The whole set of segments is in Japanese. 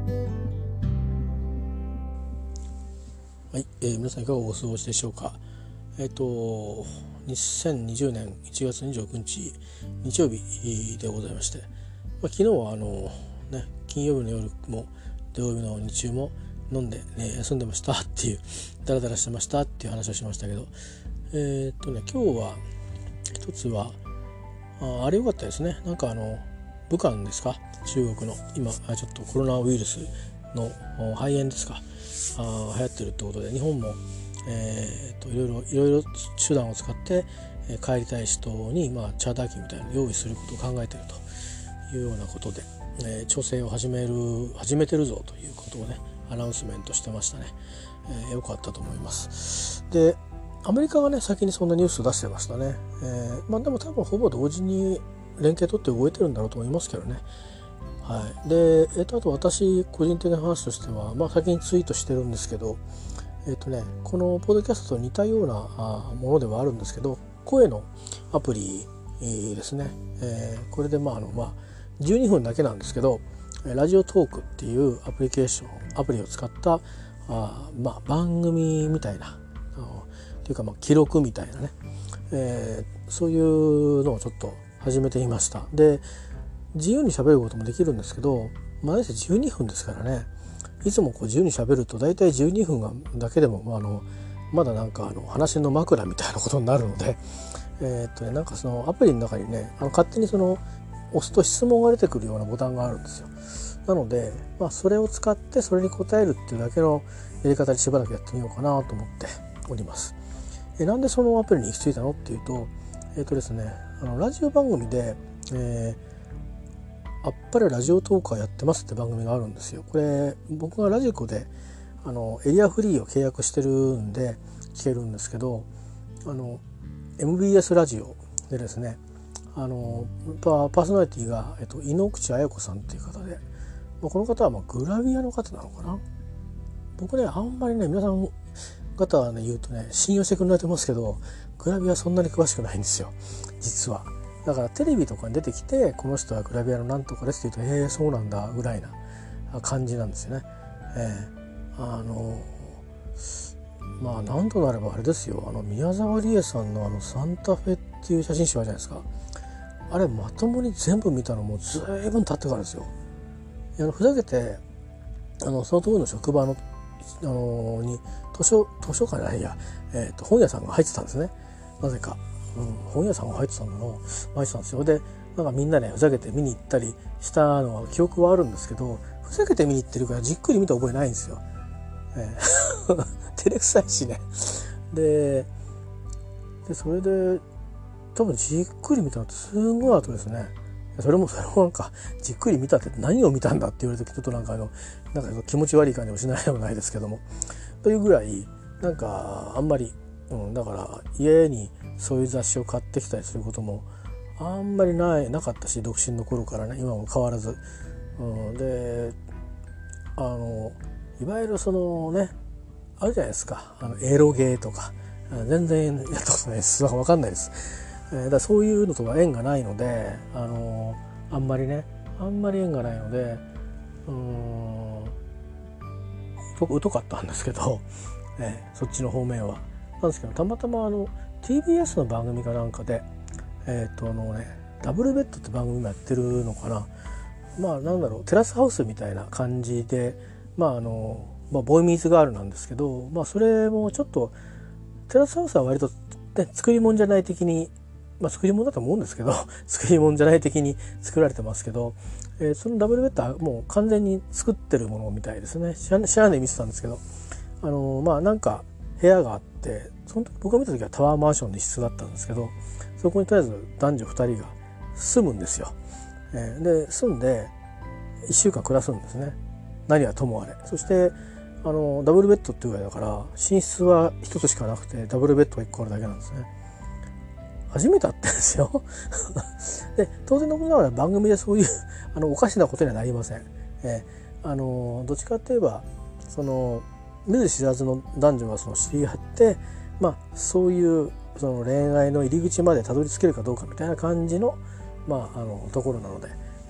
はい、皆さんいかがお過ごしでしょうか。2020年1月29日日曜日でございまして、昨日は金曜日の夜も土曜日の日中も飲んで、休んでましたっていう、ダラダラしてましたっていう話をしましたけど、今日は一つはあれ良かったですね。武漢ですか、中国の今ちょっとコロナウイルスの肺炎ですか、流行ってるってことで、日本も、いろいろ手段を使って帰りたい人に、チャーター機みたいなのを用意することを考えているというようなことで、調整を始めてるぞということをね、アナウンスメントしてましたね。よかったと思います。で、アメリカがね先にそんなニュースを出してましたね。でも多分ほぼ同時に連携取って動いてるんだろうと思いますけどね。はい、で、あと私個人的な話としては、先にツイートしてるんですけど、このポッドキャストと似たようなものではあるんですけど、声のアプリですね。これで12分だけなんですけど、ラジオトークっていうアプリを使った番組みたいなっていうか記録みたいなね、そういうのをちょっと始めてみました。で、自由に喋ることもできるんですけど、何せ12分ですからね。いつも自由に喋ると大体12分だけでもまだ話の枕みたいなことになるので、そのアプリの中にね、勝手に押すと質問が出てくるようなボタンがあるんですよ。なので、それを使ってそれに答えるっていうだけのやり方でしばらくやってみようかなと思っております。なんでそのアプリに行き着いたのっていうと、ですね、ラジオ番組で、あっぱれラジオトーカーやってますって番組があるんですよ。これ僕がラジコでエリアフリーを契約してるんで聞けるんですけど、MBS ラジオでですね、パーソナリティが、井ノ口彩子さんっていう方で、この方はグラビアの方なのかな。僕ね、あんまりね、皆さん方はね言うとね信用してくれないと思いますけど、グラビアそんなに詳しくないんですよ、実は。だからテレビとかに出てきて、この人はグラビアのなんとかですって言うと、そうなんだぐらいな感じなんですよね。なんとなればあれですよ、宮沢りえさんのサンタフェっていう写真集あるじゃないですか。あれまともに全部見たのもずいぶん経ってからですよ。ふざけてその当時の職場のに図書館じゃないや、本屋さんが入ってたんですね、なぜか。本屋さんが入ってたんですよ。でみんなでふざけて見に行ったりしたのは記憶はあるんですけど、ふざけて見に行ってるからじっくり見た覚えないんですよ。照れくさいしね。でそれで多分じっくり見たのってすごい後ですね。それもじっくり見たって何を見たんだって言われた時、ちょっと気持ち悪い感じもしないでもないですけども、というぐらいあんまり、だから家にそういう雑誌を買ってきたりすることもあんまりなかったし、独身の頃からね、今も変わらず、でいわゆるそのね、あるじゃないですか、エロゲーとか全然やったことないです。分かんないです。だからそういうのとは縁がないので、あんまり縁がないので、疎かったんですけど、そっちの方面はなんですけど、たまたまTBS の番組かなんかで、ダブルベッドって番組もやってるのかな。テラスハウスみたいな感じで、ボーイミーツガールなんですけど、それもちょっとテラスハウスは割と、作り物じゃない的に、作り物だと思うんですけど作り物じゃない的に作られてますけど、そのダブルベッドはもう完全に作ってるものみたいですね。知らないで見てたんですけど、部屋があって、その時僕が見た時はタワーマンションの一室だったんですけど、そこにとりあえず男女2人が住むんですよ。で住んで1週間暮らすんですね、何はともあれ。そしてダブルベッドっていうぐらいだから寝室は1つしかなくて、ダブルベッドが1個あるだけなんですね。初めて会ってんですよで当然のことながら番組でそういうおかしなことにはなりません。どっちかっていえば見ず知らずの男女が知り合って、そういうその恋愛の入り口までたどり着けるかどうかみたいな感じのところなので、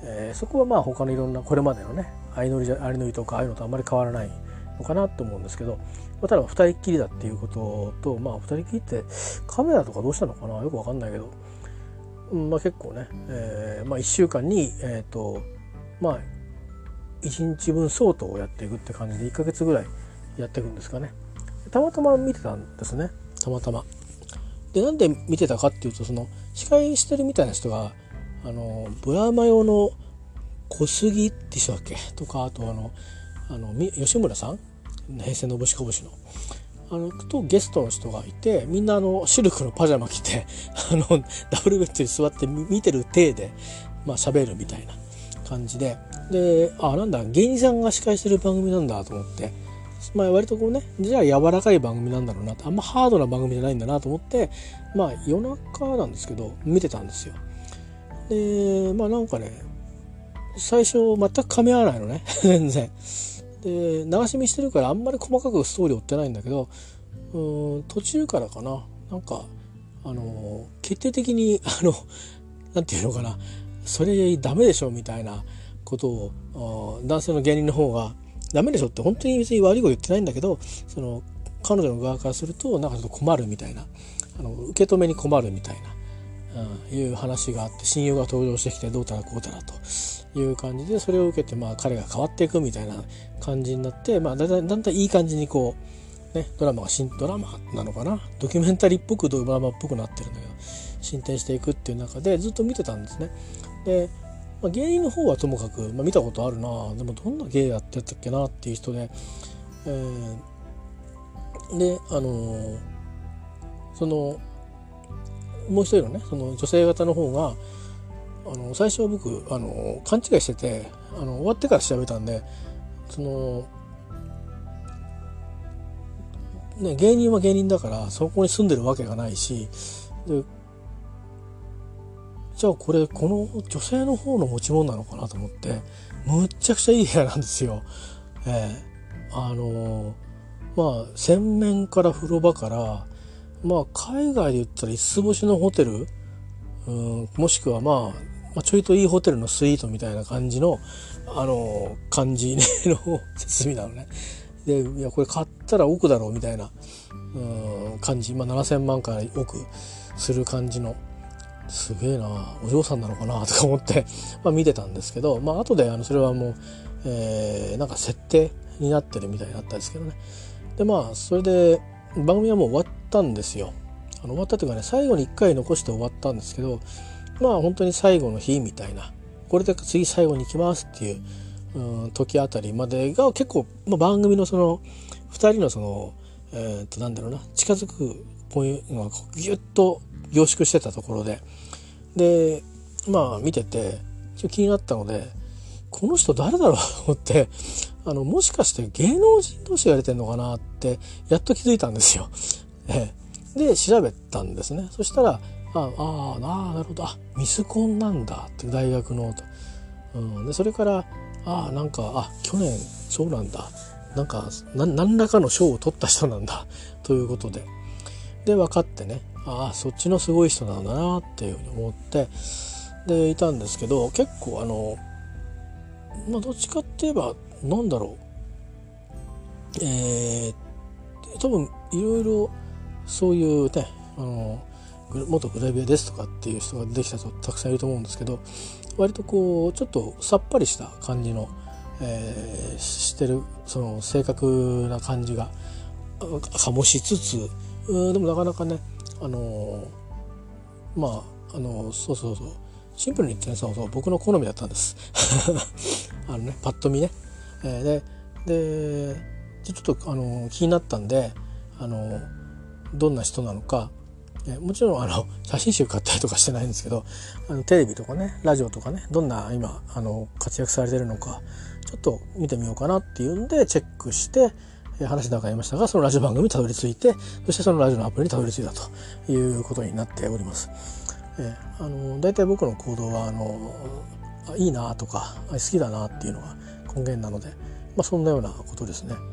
そこはまあ他のいろんなこれまでのね相乗りとかああいうのとあんまり変わらないのかなと思うんですけど、ただ2人っきりだっていうことと、まあ2人っきりってカメラとかどうしたのかなよく分かんないけど、まあ結構ね、まあ1週間にまあ1日分相当をやっていくって感じで1ヶ月ぐらいやっていくんですかね。たまたま見てたんですね。たまたまで、なんで見てたかっていうと、その司会してるみたいな人がブラマヨの小杉って人だっけとか、あと吉村さん、平成のぶしこぶしのとゲストの人がいて、みんなシルクのパジャマ着てダブルベッドに座って見てる体でまあ喋るみたいな感じで、なんだ芸人さんが司会してる番組なんだと思って、まあ割とこうね、じゃあ柔らかい番組なんだろうなと、あんまハードな番組じゃないんだなと思って、まあ夜中なんですけど見てたんですよ。でまあなんかね、最初全く噛み合わないのね全然で、流し見してるからあんまり細かくストーリー追ってないんだけど、途中からかな、なんか決定的になんていうのかな、それダメでしょみたいなことを男性の芸人の方が、ダメでしょって本当に別に悪いこと言ってないんだけど、その彼女の側からするとなんかちょっと困るみたいな、受け止めに困るみたいな、いう話があって、親友が登場してきてどうたらこうたらという感じで、それを受けてまあ彼が変わっていくみたいな感じになって、まあだんだんいい感じにこうね、ドラマなのかな、ドキュメンタリーっぽくドラマっぽくなってるんだけど、進展していくっていう中でずっと見てたんですね。で、まあ、芸人の方はともかく、見たことあるな、でもどんな芸やってたっけなっていう人で、でそのもう一人のね、その女性型の方が最初は僕勘違いしてて、終わってから調べたんで、そのね、芸人は芸人だからそこに住んでるわけがないし、でじゃあこの女性の方の持ち物なのかなと思って、むっちゃくちゃいい部屋なんですよ。まあ洗面から風呂場から、まあ海外で言ったら5つ星のホテル、もしくはまあちょいといいホテルのスイートみたいな感じの感じの設備なのね。で、いやこれ買ったら億だろうみたいな感じ、まあ7000万から億する感じの、すげえな、お嬢さんなのかなとか思って見てたんですけど、後でそれはもう、なんか設定になってるみたいになったんですけどね。でそれで番組はもう終わったんですよ。終わったというかね、最後に1回残して終わったんですけど、本当に最後の日みたいな、これで次最後に行きますっていう、時あたりまでが結構、番組のその2人のそのなんだろうな、近づくポイントがギュッと凝縮してたところで、見ててちょっと気になったので、この人誰だろうと思ってもしかして芸能人同士が出てんのかなってやっと気づいたんですよ。で調べたんですね。そしたらなるほど、ミスコンなんだって大学のと、でそれからなんか去年そうなんだ、なんか何らかの賞を取った人なんだということで分かってね、そっちのすごい人なんだなっていうふうに思ってでいたんですけど、結構どっちかって言えばなんだろう、多分いろいろそういうね、元グラビアですとかっていう人が出てきた人たくさんいると思うんですけど、割とこうちょっとさっぱりした感じの、してるその正確な感じが醸しつつ、でもなかなかねそうシンプルに言ってね、僕の好みだったんですパッと見ね、でちょっと気になったんでどんな人なのか、もちろん写真集買ったりとかしてないんですけど、テレビとかねラジオとかね、どんな今活躍されてるのかちょっと見てみようかなっていうんでチェックして話の中にありましたが、そのラジオ番組にたどり着いて、そしてそのラジオのアプリにたどり着いたということになっております。だいたい僕の行動はいいなとか好きだなっていうのが根源なので、そんなようなことですね。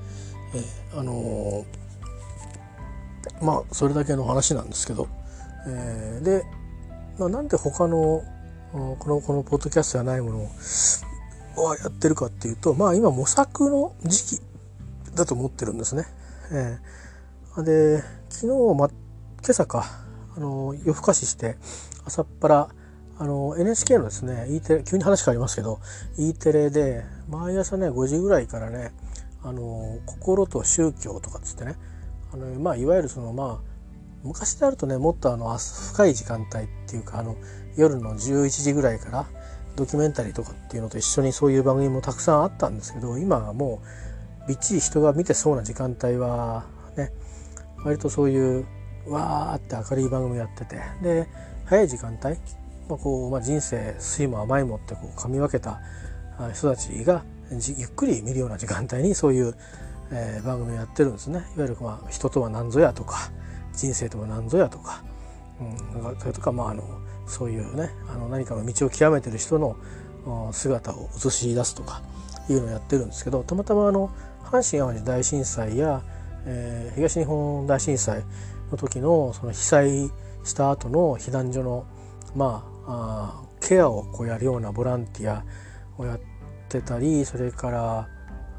それだけの話なんですけど、で、なんで他のこのポッドキャストじゃないものをやってるかっていうと、今模索の時期だと思ってるんですね。で昨日、今朝か夜更かしして朝っぱらNHK のですね E テレ、急に話変わりますけど E テレで毎朝ね5時ぐらいからね心と宗教とかっつってねいわゆる昔であるとねもっと深い時間帯っていうか夜の11時ぐらいからドキュメンタリーとかっていうのと一緒にそういう番組もたくさんあったんですけど、今はもうびっちり人が見てそうな時間帯はね割とそういうわーって明るい番組やってて、で早い時間帯、人生酸いも甘いもって噛み分けた人たちがゆっくり見るような時間帯にそういう、番組をやってるんですね。いわゆる人とは何ぞやとか人生とは何ぞやとか、それとかそういうね何かの道を極めてる人の姿を映し出すとかいうのをやってるんですけど、たまたま阪神・淡路大震災や、東日本大震災の時のその被災した後の避難所のケアをやるようなボランティアをやってたり、それから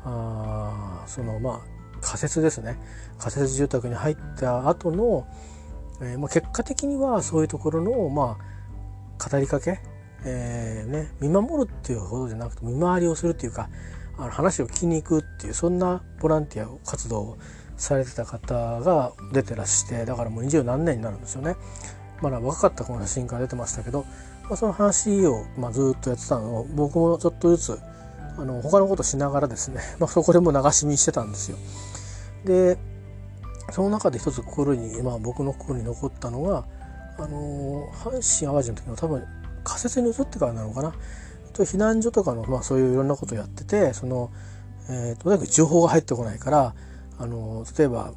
仮設ですね、仮設住宅に入った後の、結果的にはそういうところの語りかけ、見守るっていうほどじゃなくて見回りをするっていうか話を聞きに行くっていう、そんなボランティア活動をされてた方が出てらして、だからもう20何年になるんですよね。まだ若かったこの写真から出てましたけど、その話をずっとやってたのを僕もちょっとずつ他のことしながらですね、そこでも流し見してたんですよ。でその中で一つ僕の心に残ったのが阪神・淡路の時の多分仮設に移ってからなのかな、避難所とかのそういういろんなことをやってて、とにかく情報が入ってこないから例えば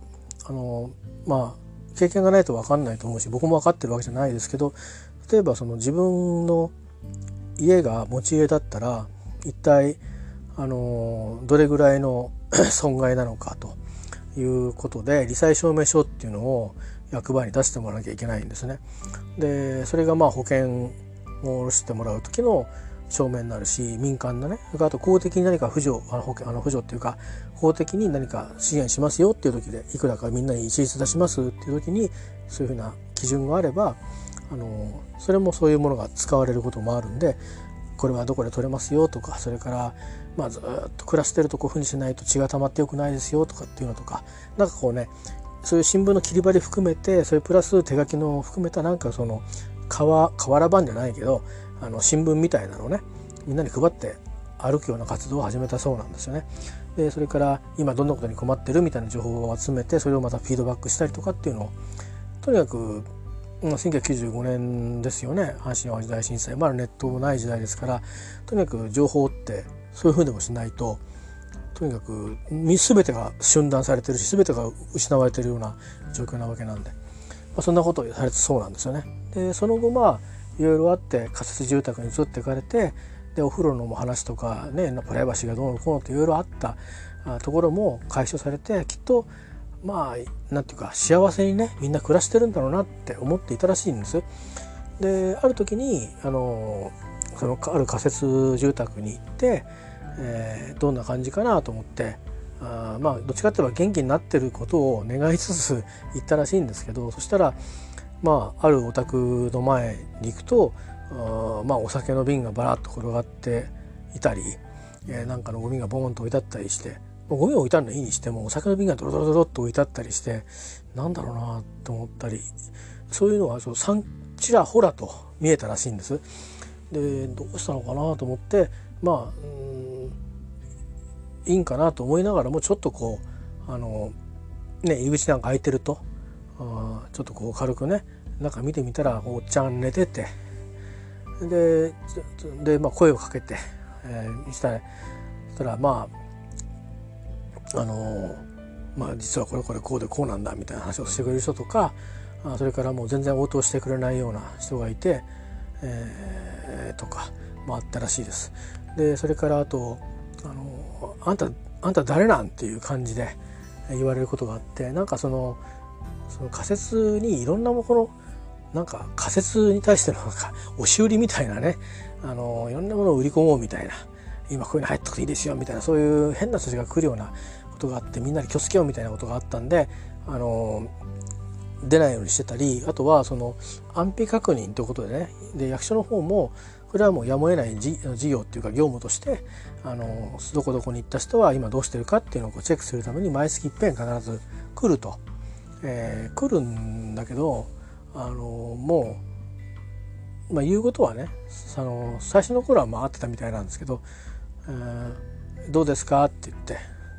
経験がないと分かんないと思うし、僕も分かってるわけじゃないですけど、例えば自分の家が持ち家だったら一体どれぐらいの損害なのかということで罹災証明書っていうのを役場に出してもらわなきゃいけないんですね。でそれが保険を下ろしてもらう時の証明になるし、民間のね、それからあと公的に何か扶助っていうか公的に何か支援しますよっていう時でいくらかみんなに一律出しますっていう時にそういうふうな基準があればそれもそういうものが使われることもあるんで、これはどこで取れますよとか、それからずっと暮らしてるとこういうふうにしないと血が溜まってよくないですよとかっていうのとか、そういう新聞の切り張り含めて、それプラス手書きの含めた瓦版じゃないけど新聞みたいなのをねみんなに配って歩くような活動を始めたそうなんですよね。でそれから今どんなことに困ってるみたいな情報を集めて、それをまたフィードバックしたりとかっていうのを、とにかく1995年ですよね、阪神・淡路大震災、まだネットもない時代ですから、とにかく情報ってそういうふうでもしないと、とにかく全てが寸断されてるし全てが失われてるような状況なわけなんで、そんなことをされてそうなんですよね。でその後いろいろあって仮設住宅に移っていかれて、でお風呂の話とかね、プライバシーがどうのこうのっていろいろあったところも解消されて、きっとなんていうか幸せにねみんな暮らしてるんだろうなって思っていたらしいんです。である時にある仮設住宅に行って、どんな感じかなと思ってどっちかっていうと元気になってることを願いつつ行ったらしいんですけど、そしたらあるお宅の前に行くとお酒の瓶がバラッと転がっていたり、なんかのゴミがボーンと置いてあったりして、ゴミを置いてあるのはいいにしてもお酒の瓶がドロドロドロっと置いてあったりして、なんだろうなと思ったり、そういうのがちらほらと見えたらしいんです。でどうしたのかなと思っていいんかなと思いながらも、ちょっと入り口なんか開いてるとちょっと軽くね中見てみたらおっちゃん寝てて、で声をかけて、したら実はこれこうでこうなんだみたいな話をしてくれる人とか、それからもう全然応答してくれないような人がいて、とかあったらしいです。でそれからあとあんた誰なんっていう感じで言われることがあって、なんかその仮設にいろんなもなんか仮説に対してのなんか押し売りみたいなね、いろんなものを売り込もうみたいな、今こういうの入ってくていいですよみたいな、そういう変な筋が来るようなことがあって、みんなで気をつけようみたいなことがあったんで、出ないようにしてたり、あとはその安否確認ということでね、で役所の方もこれはもうやむを得ない事業っていうか業務として、どこどこに行った人は今どうしてるかっていうのをこうチェックするために毎月一遍必ず来ると、来るんだけど、もう、言うことはね、最初の頃は合ってたみたいなんですけど、どうですかって言って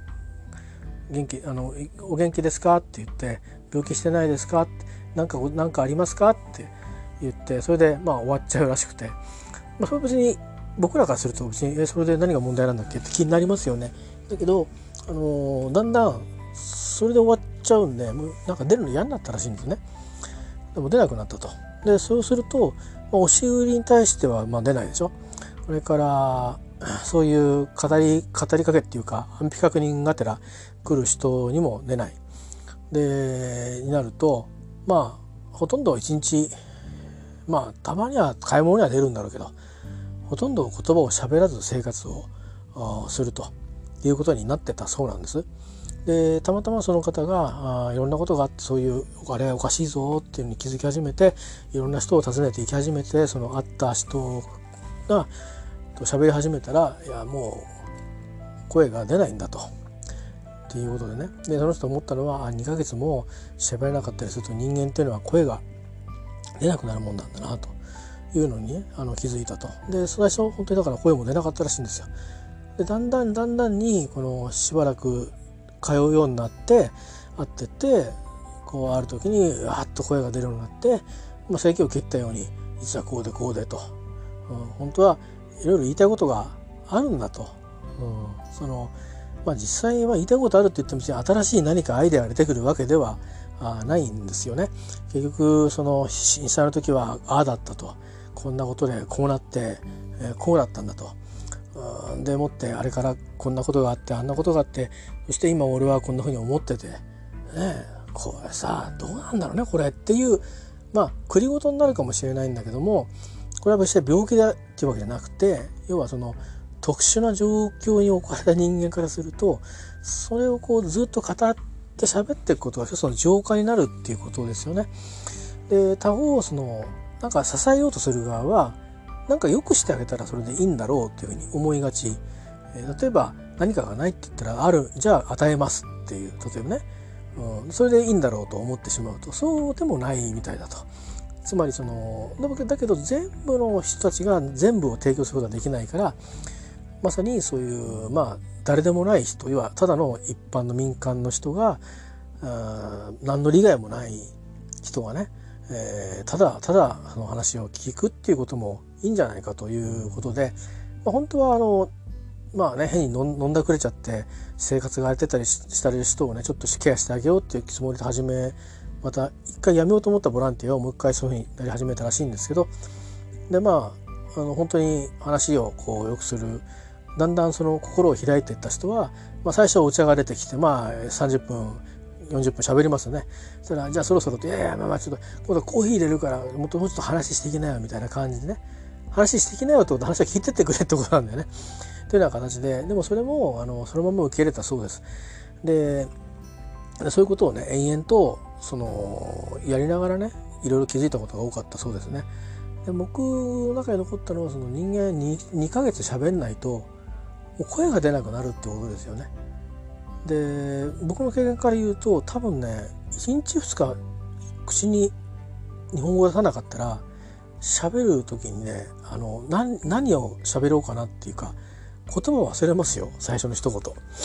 お元気ですかって言って、病気してないですかって、なんかありますかって言って、それで終わっちゃうらしくて、それ別に僕らからすると別にそれで何が問題なんだっけって気になりますよね。だけど、だんだんそれで終わっちゃうんで、もうなんか出るの嫌になったらしいんですね。でも出なくなったと。でそうすると、押し売りに対しては出ないでしょ。それからそういう語りかけっていうか安否確認がてら来る人にも出ないでになると、ほとんど一日、たまには買い物には出るんだろうけど、ほとんど言葉を喋らず生活をするということになってたそうなんです。でたまたまその方がいろんなことがあって、そういうあれおかしいぞっていうのに気づき始めて、いろんな人を訪ねていき始めて、その会った人がと喋り始めたら、いやもう声が出ないんだとっていうことでね。でその人思ったのは、2ヶ月も喋れなかったりすると人間っていうのは声が出なくなるもんなんだなというのに、気づいたと。で最初本当にだから声も出なかったらしいんですよ。でだんだんにこのしばらく通うようになって会ってて、こうある時にわーっと声が出るようになって、咳を切ったように実はこうでと、本当はいろいろ言いたいことがあるんだと、実際は言いたいことあるって言っても新しい何かアイデアが出てくるわけではないんですよね。結局その震災の時はああだったと、こんなことでこうなって、こうだったんだと、でもってあれからこんなことがあってあんなことがあって、そして今俺はこんな風に思ってて、これさどうなんだろうねこれっていう、繰り事になるかもしれないんだけども、これは別に病気だっていうわけじゃなくて、要はその特殊な状況に置かれた人間からすると、それをこうずっと語って喋っていくことが一つの浄化になるっていうことですよね。で他方そのなんか支えようとする側は、なんか良くしてあげたらそれでいいんだろうっていうふうに思いがち。例えば何かがないって言ったら、ある、じゃあ与えますっていう、例えばね、それでいいんだろうと思ってしまうと、そうでもないみたいだと。つまりそのだけど全部の人たちが全部を提供することはできないから、まさにそういう誰でもない人、要はただの一般の民間の人が何の利害もない人がね、ただその話を聞くっていうこともいいんじゃないかということで、本当は変に飲んだくれちゃって生活が荒れてたりしたり人をね、ちょっとケアしてあげようっていうつもりでまた一回やめようと思ったボランティアをもう一回そういうふうになり始めたらしいんですけど、で本当に話をこうよくする、だんだんその心を開いていった人は、最初はお茶が出てきて30分40分喋りますよね。そしたらじゃあそろそろと、ちょっと今度コーヒー入れるからもうちょっと話していきなよみたいな感じでね、話していきなよってこと話は聞いてってくれってことなんだよね。というような形で、でもそれもそのまま受け入れたそうです。でそういうことをね延々とやりながらね、いろいろ気づいたことが多かったそうですね。で僕の中に残ったのは、その人間2ヶ月喋んないともう声が出なくなるってことですよね。で僕の経験から言うと、多分ね1日2日口に日本語を出さなかったら、喋る時にね何を喋ろうかなっていうか、言葉忘れますよ、最初の一言。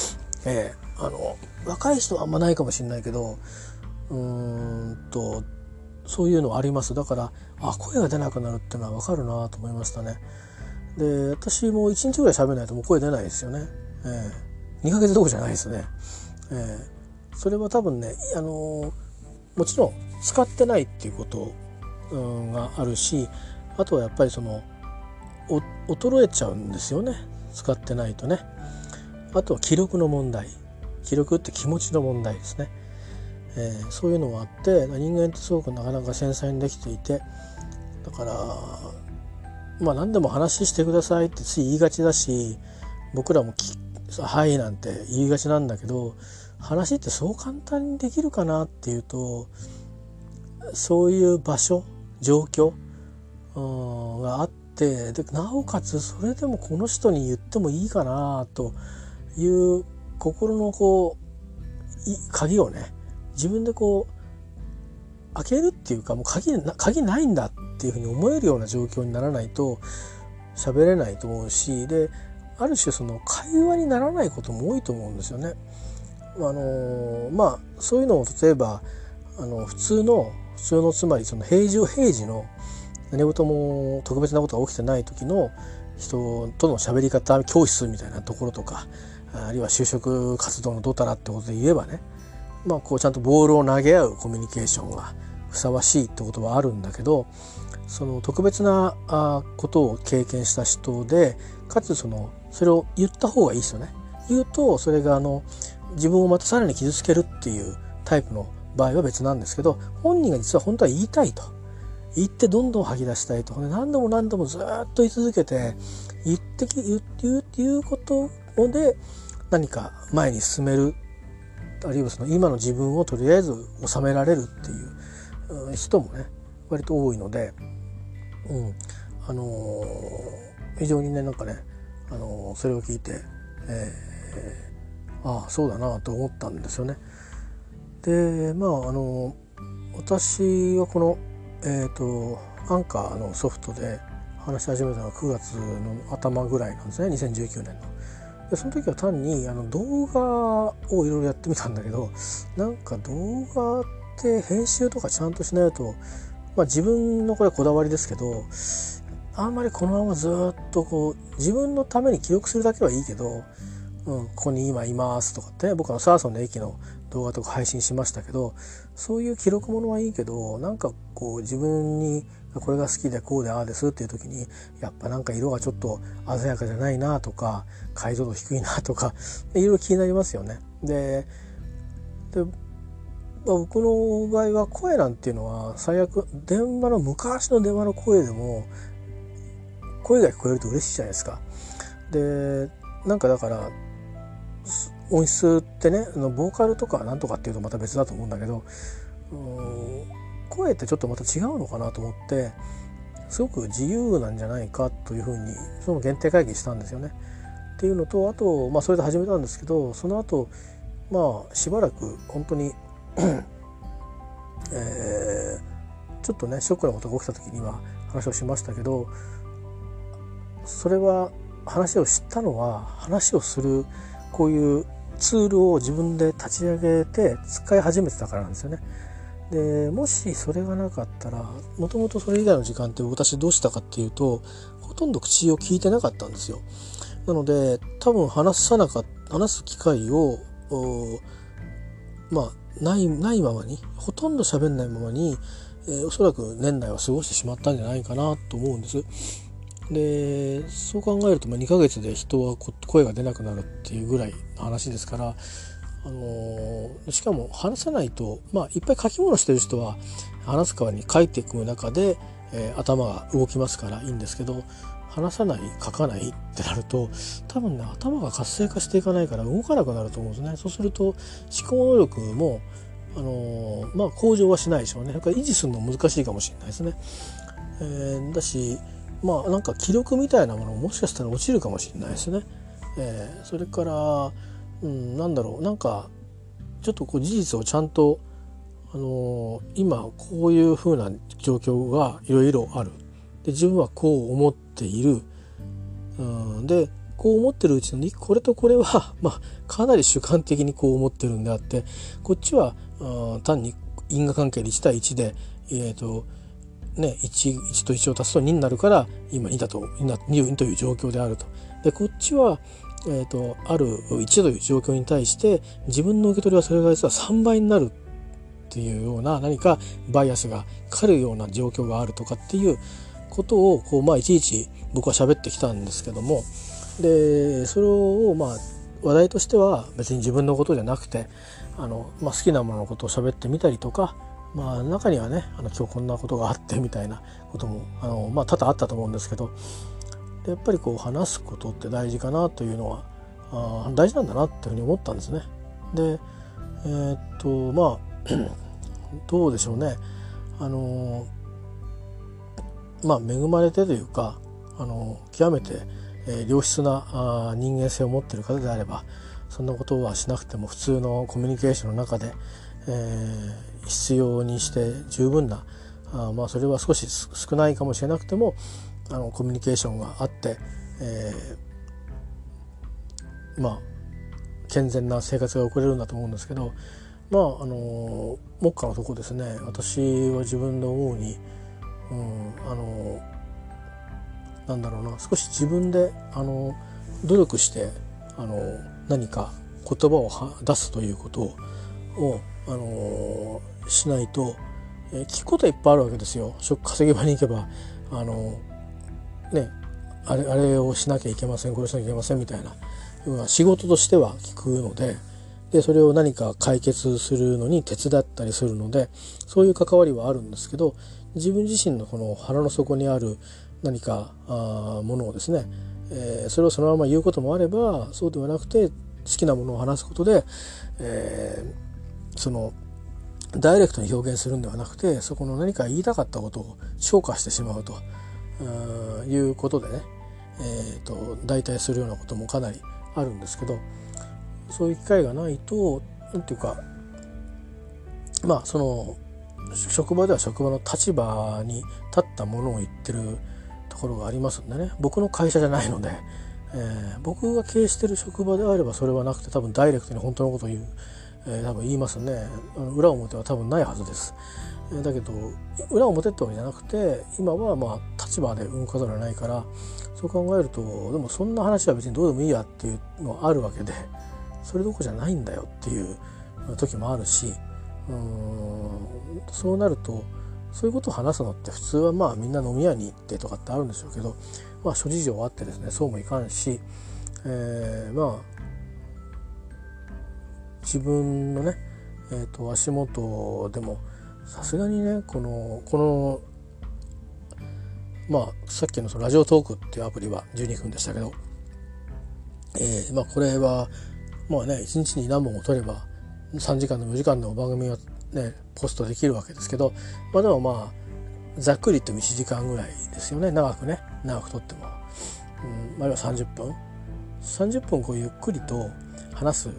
若い人はあんまないかもしれないけど、そういうのあります。だから声が出なくなるっていうのは分かるなと思いましたね。で私も1日ぐらい喋らないともう声出ないですよね。2ヶ月どころじゃないですね。それは多分ね、もちろん使ってないっていうことがあるし、あとはやっぱり衰えちゃうんですよね、使ってないとね。あとは記録の問題、記録って気持ちの問題ですね。 そういうのもあって人間ってすごくなかなか繊細にできていて、だから何でも話してくださいってつい言いがちだし、僕らもはいなんて言いがちなんだけど、話ってそう簡単にできるかなっていうと、そういう場所状況があって、でなおかつそれでもこの人に言ってもいいかなという心の鍵をね自分で開けるっていうか、もう鍵ないんだっていうふうに思えるような状況にならないと喋れないと思うし、である種その会話にならないことも多いと思うんですよね。そういうのを例えば普通のつまりその平時の何事も特別なことが起きてない時の人との喋り方教室みたいなところとか、あるいは就職活動のどうたらってことで言えばね、ちゃんとボールを投げ合うコミュニケーションがふさわしいってことはあるんだけど、その特別なことを経験した人でかつそれを言った方がいいですよね。言うとそれが自分をまたさらに傷つけるっていうタイプの場合は別なんですけど、本人が実は本当は言いたいと言ってどんどん吐き出したいと、何度もずっと言い続けて言うことで何か前に進める、あるいはその今の自分をとりあえず収められるっていう人もね割と多いので、非常にねそれを聞いて、そうだなと思ったんですよね。で私はこのアンカーのソフトで話し始めたのは9月の頭ぐらいなんですね、2019年の。でその時は単に動画をいろいろやってみたんだけど、動画って編集とかちゃんとしないと、自分のこれはこだわりですけど、あんまりこのままずっと自分のために記録するだけはいいけど、ここに今いますとかってね、僕はサーソンの駅の動画とか配信しましたけど、そういう記録ものはいいけど、自分にこれが好きでこうでああですっていう時にやっぱ色がちょっと鮮やかじゃないなとか解像度低いなとかいろいろ気になりますよね。で僕の場合は声なんていうのは最悪昔の電話の声でも声が聞こえると嬉しいじゃないですか。でだから音質ってねボーカルとかなんとかっていうとまた別だと思うんだけど、声ってちょっとまた違うのかなと思って、すごく自由なんじゃないかというふうにその限定会議したんですよね。っていうのと、あとそれで始めたんですけど、その後しばらく本当にちょっとねショックなことが起きた時に今話をしましたけど、それは話を知ったのは話をするこういうツールを自分で立ち上げて使い始めてたからなんですよね。でもしそれがなかったら、もともとそれ以外の時間って私どうしたかっていうと、ほとんど口を聞いてなかったんですよ。なので多分話す機会をないままに、ほとんど喋んないままに、おそらく年内は過ごしてしまったんじゃないかなと思うんです。でそう考えると2ヶ月で人は声が出なくなるっていうぐらいの話ですから、しかも話さないと、いっぱい書き物してる人は話す代わりに書いていく中で、頭が動きますからいいんですけど、話さない書かないってなると多分ね頭が活性化していかないから動かなくなると思うんですね。そうすると思考能力も向上はしないでしょうね。だから維持するの難しいかもしれないですね。だし記録みたいなものももしかしたら落ちるかもしれないですね。それからちょっと事実をちゃんと今こういう風な状況がいろいろある。で自分はこう思っている。でこう思ってるうちにこれとこれはかなり主観的にこう思ってるんであって、こっちは単に因果関係で1対1で1と1を足すと2になるから今2という状況であると。でこっちは、ある1という状況に対して自分の受け取りはそれが実は3倍になるっていうような何かバイアスがかかるような状況があるとかっていうことをいちいち僕は喋ってきたんですけども、でそれを話題としては別に自分のことじゃなくて好きなもののことを喋ってみたりとか、中にはね今日こんなことがあってみたいなことも多々あったと思うんですけど、やっぱり話すことって大事かなというのは大事なんだなっていうふうに思ったんですね。でどうでしょうね、恵まれてというか極めて、良質な人間性を持っている方であればそんなことはしなくても普通のコミュニケーションの中で、必要にして十分なそれは少し少ないかもしれなくてもコミュニケーションがあって、健全な生活が送れるんだと思うんですけど、目下のところですね、私は自分で思うに、少し自分で努力して何か言葉を出すということをしないと、聞くことはいっぱいあるわけですよ。稼ぎ場に行けばあれをしなきゃいけません、これしなきゃいけませんみたいなような仕事としては聞くので、それを何か解決するのに手伝ったりするので、そういう関わりはあるんですけど、自分自身のこの腹の底にある何かものをですね、それをそのまま言うこともあれば、そうではなくて好きなものを話すことで、ダイレクトに表現するんではなくて、そこの何か言いたかったことを消化してしまうということでね、代替するようなこともかなりあるんですけど、そういう機会がないとなんていうか、職場では職場の立場に立ったものを言ってるところがありますんでね、僕の会社じゃないので、僕が経営してる職場であればそれはなくて、多分ダイレクトに本当のことを言う、多分言いますね。裏表は多分ないはずです。だけど裏表ってわけじゃなくて、今は立場で動かざるを得ないから、そう考えるとでもそんな話は別にどうでもいいやっていうのはあるわけで、それどころじゃないんだよっていう時もあるし、そうなるとそういうことを話すのって普通はみんな飲み屋に行ってとかってあるんでしょうけど、諸事情あってですね、そうもいかんし、自分のね、足元でもさすがにね、このさっきのラジオトークっていうアプリは12分でしたけど、これは1日に何本も撮れば3時間でも4時間でも番組はねポストできるわけですけど、でもざっくり言っても1時間ぐらいですよね。長く撮っても、要は30分こうゆっくりと話す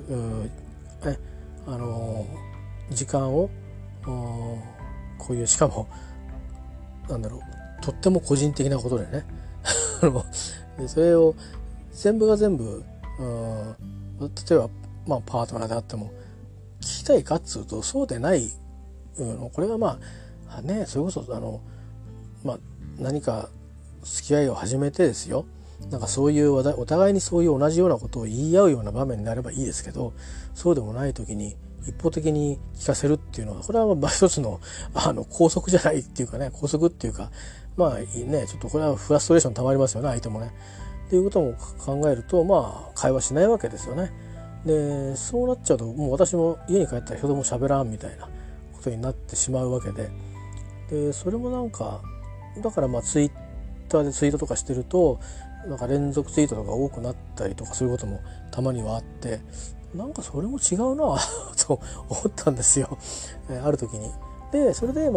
時間をこういう、しかもとっても個人的なことでねでそれを全部が全部例えばパートナーであっても聞きたいかっつうとそうでない、これはそれこそ何か付き合いを始めてですよ、そういう話題、お互いにそういう同じようなことを言い合うような場面になればいいですけど、そうでもない時に一方的に聞かせるっていうのは、これは一つの拘束じゃないっていうかね、拘束っていうかちょっとこれはフラストレーションたまりますよね、相手もね。っていうことも考えると会話しないわけですよね。でそうなっちゃうと、もう私も家に帰ったら人とも喋らんみたいなことになってしまうわけで、それもだからツイッターでツイートとかしてると連続ツイートとか多くなったりとかすることもたまにはあって、それも違うなと思ったんですよ、ある時に。でそれで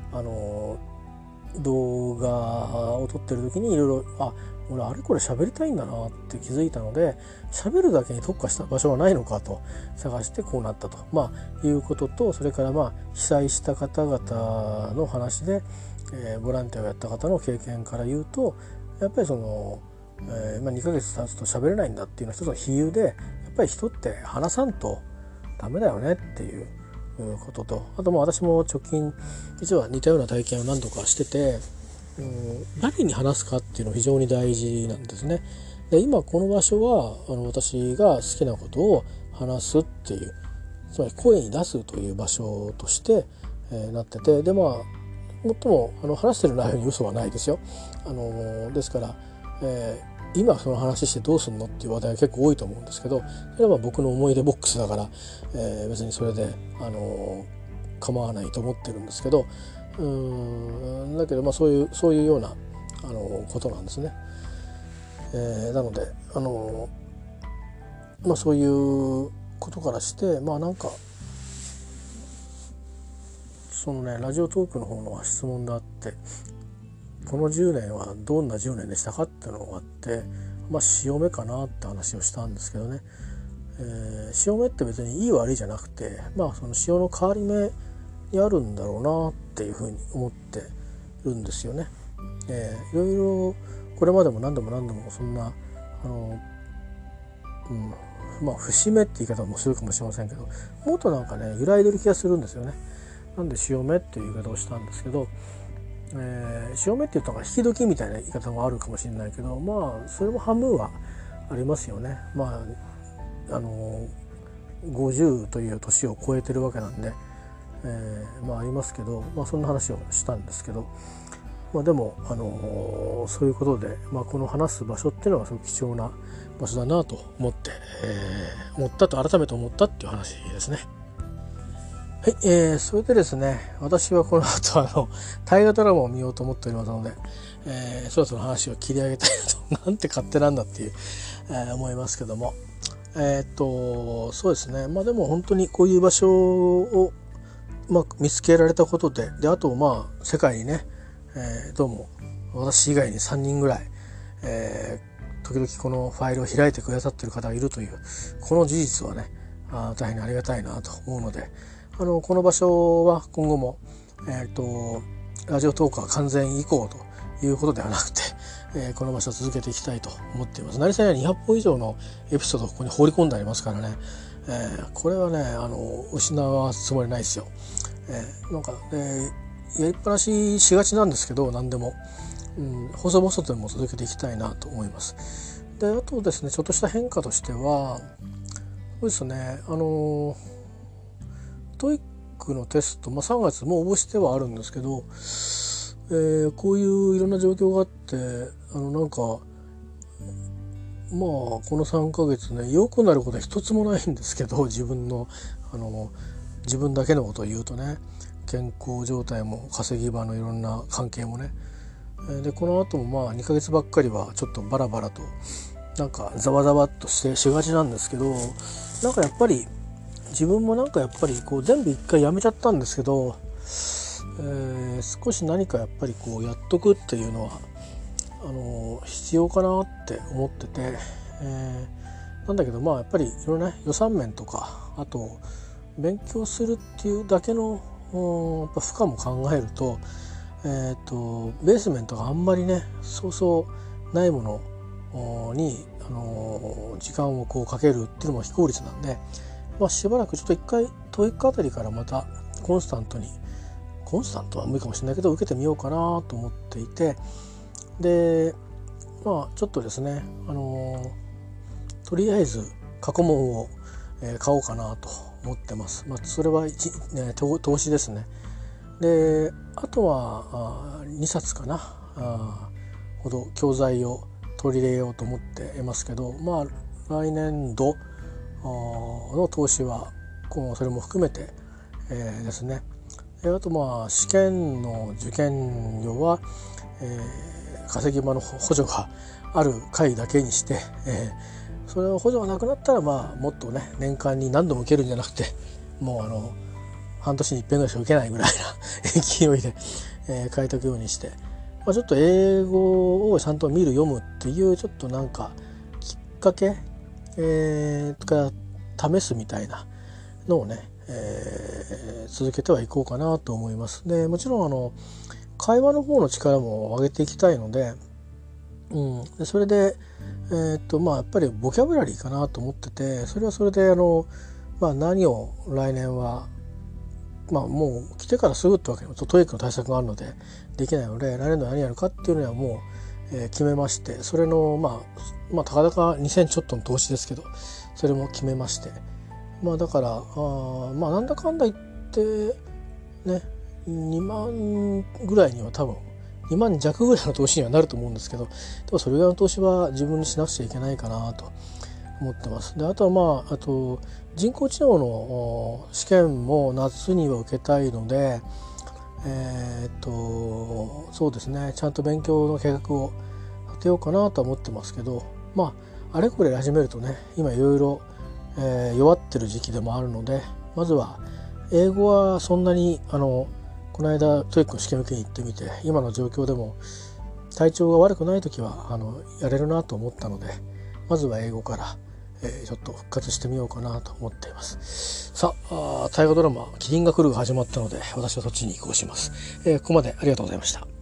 動画を撮ってる時にいろいろ俺あれこれ喋りたいんだなって気づいたので、喋るだけに特化した場所はないのかと探してこうなったと、いうことと、それから被災した方々の話で、ボランティアをやった方の経験から言うと、やっぱり2ヶ月経つと喋れないんだっていうのは一つの比喩で、やっぱり人って話さんとダメだよねっていうことと、あと私も直近実は似たような体験を何度かしてて、誰に話すかっていうのが非常に大事なんですね。で今この場所は私が好きなことを話すっていう、つまり声に出すという場所として、なってて、でもっとも話してる内容に嘘はないですよ。ですから、 今その話してどうすんのっていう話題が結構多いと思うんですけど、それは僕の思い出ボックスだから、別にそれで構わないと思ってるんですけど、だけどそういうようなことなんですね。なのでそういうことからしてなんかそのねラジオトークの方の質問であって、この10年はどんな10年でしたかっていうのがあって、潮目かなって話をしたんですけどね、潮目って別にいい悪いじゃなくて、その潮の変わり目にあるんだろうなっていうふうに思ってるんですよね。いろいろこれまでも何度もそんな節目って言い方もするかもしれませんけど、もっとなんかね揺らいでる気がするんですよね。なんで潮目っていう言い方をしたんですけど、潮目っていうと引き時みたいな言い方もあるかもしれないけど、それも半分はありますよね。50という年を超えてるわけなんで、ありますけど、そんな話をしたんですけど、でも、そういうことで、この話す場所っていうのはすごく貴重な場所だなと思って、改めて思ったっていう話ですね。はい、それでですね、私はこの後大河ドラマを見ようと思っておりますので、そろそろ話を切り上げたいとなんて勝手なんだっていう、思いますけども、そうですね、でも本当にこういう場所を、見つけられたことで、あと世界にね、どうも私以外に3人ぐらい、時々このファイルを開いてくださっている方がいるというこの事実はね、大変ありがたいなと思うので、この場所は今後も、ラジオトークは完全移行ということではなくて、この場所を続けていきたいと思っています。成瀬には200本以上のエピソードをここに放り込んでありますからね、これはね失わすつもりないですよ。やりっぱなししがちなんですけど、何でも、細々とでも続けていきたいなと思います。で、あとですね、ちょっとした変化としてはそうですね、トイックのテスト、3月もう応募してはあるんですけど、こういういろんな状況があって、この3ヶ月ね良くなることは一つもないんですけど、自分だけのことを言うとね、健康状態も稼ぎ場のいろんな関係もね、でこの後も2ヶ月ばっかりはちょっとバラバラとざわざわっとしがちなんですけど、やっぱり自分も全部一回やめちゃったんですけど、少し何かやっぱりやっとくっていうのは必要かなって思ってて、なんだけどやっぱりいろんな予算面とか、あと勉強するっていうだけのやっぱ負荷も考えると、ベースメントがあんまりねそうそうないものに、時間をかけるっていうのも非効率なんで、しばらくちょっと一回トイックあたりからまたコンスタントは無理かもしれないけど受けてみようかなと思っていて、でちょっとですね、とりあえず過去問を、買おうかなと思ってます。それは投資ですね。であとは2冊かなほど教材を取り入れようと思っていますけど、来年度の投資はそれも含めて、ですね。あと試験の受験料は、稼ぎ場の補助がある回だけにして、それを補助がなくなったらもっとね年間に何度も受けるんじゃなくて、もう半年に一遍ぐらいしか受けないぐらいな勢いで、書いておくようにして、ちょっと英語をちゃんと見る読むっていうちょっときっかけ、から試すみたいなのをね、続けてはいこうかなと思います。でもちろん会話の方の力も上げていきたいので、でそれで、やっぱりボキャブラリーかなと思ってて、それはそれで何を来年はもう来てからすぐってわけにもトイックの対策があるのでできないので、来年度何やるかっていうのはもう、決めまして、それのたかだか2000ちょっとの投資ですけど、それも決めまして、だからなんだかんだ言ってね2万ぐらいには多分 2万弱ぐらいの投資にはなると思うんですけど、でもそれぐらいの投資は自分にしなくちゃいけないかなと思ってます。であとはあと人工知能の試験も夏には受けたいので、そうですね、ちゃんと勉強の計画を立てようかなとは思ってますけど、あれこれ始めるとね、今いろいろ弱ってる時期でもあるので、まずは英語はそんなにこの間トイックの試験受けに行ってみて、今の状況でも体調が悪くない時はやれるなと思ったので、まずは英語からちょっと復活してみようかなと思っています。さあ、大河ドラマ「麒麟が来る」が始まったので、私はそっちに移行します。ここまでありがとうございました。